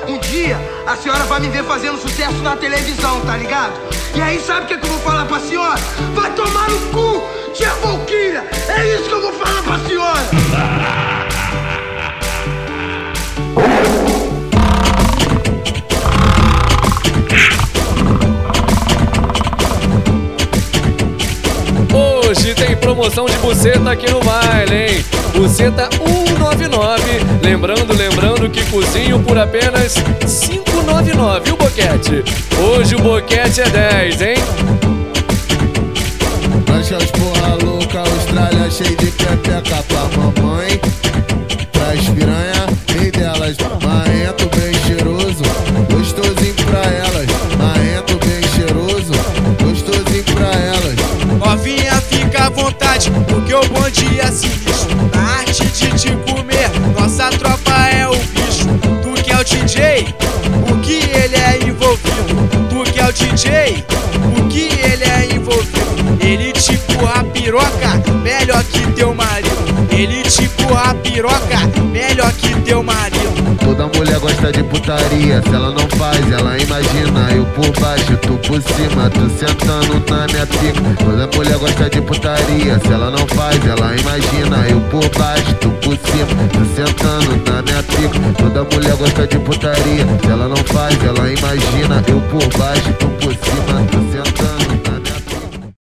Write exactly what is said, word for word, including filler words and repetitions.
Um dia a senhora vai me ver fazendo sucesso na televisão, tá ligado? E aí sabe o que, que eu vou falar pra senhora? Vai tomar no cu, tia Valquíria! É isso que eu vou falar pra senhora! Hoje tem promoção de buceta aqui no baile, hein? Buceta cento e noventa e nove. Lembrando, lembrando que cozinho por apenas cinco reais e noventa e nove. E o boquete? Hoje o boquete é dez, hein? Lanchas porra louca, Austrália cheio de pepeca pra mamãe. Pras piranha, rei delas, marrento bem cheiroso, gostosinho pra elas. Marrento bem cheiroso, gostosinho pra elas. Novinha, fica à vontade, porque o bonde é sinistro. Na arte de te comer, nossa tropa é o bicho. Tu que é o D J, o que ele é envolvido. Tu que é o D J, o que ele é envolvido. Ele te empurra a piroca, melhor que teu marido. Ele te empurra a piroca, melhor que teu marido. Toda mulher gosta de putaria, se ela não faz, ela imagina. Eu por baixo, tu por cima, tu sentando na minha pica. Toda mulher gosta de putaria, se ela não faz, ela imagina. Eu por baixo, tu por cima, tu sentando na minha pica. Toda mulher gosta de putaria, se ela não faz, ela imagina. Eu por baixo, tu por cima, tu sentando na minha pica.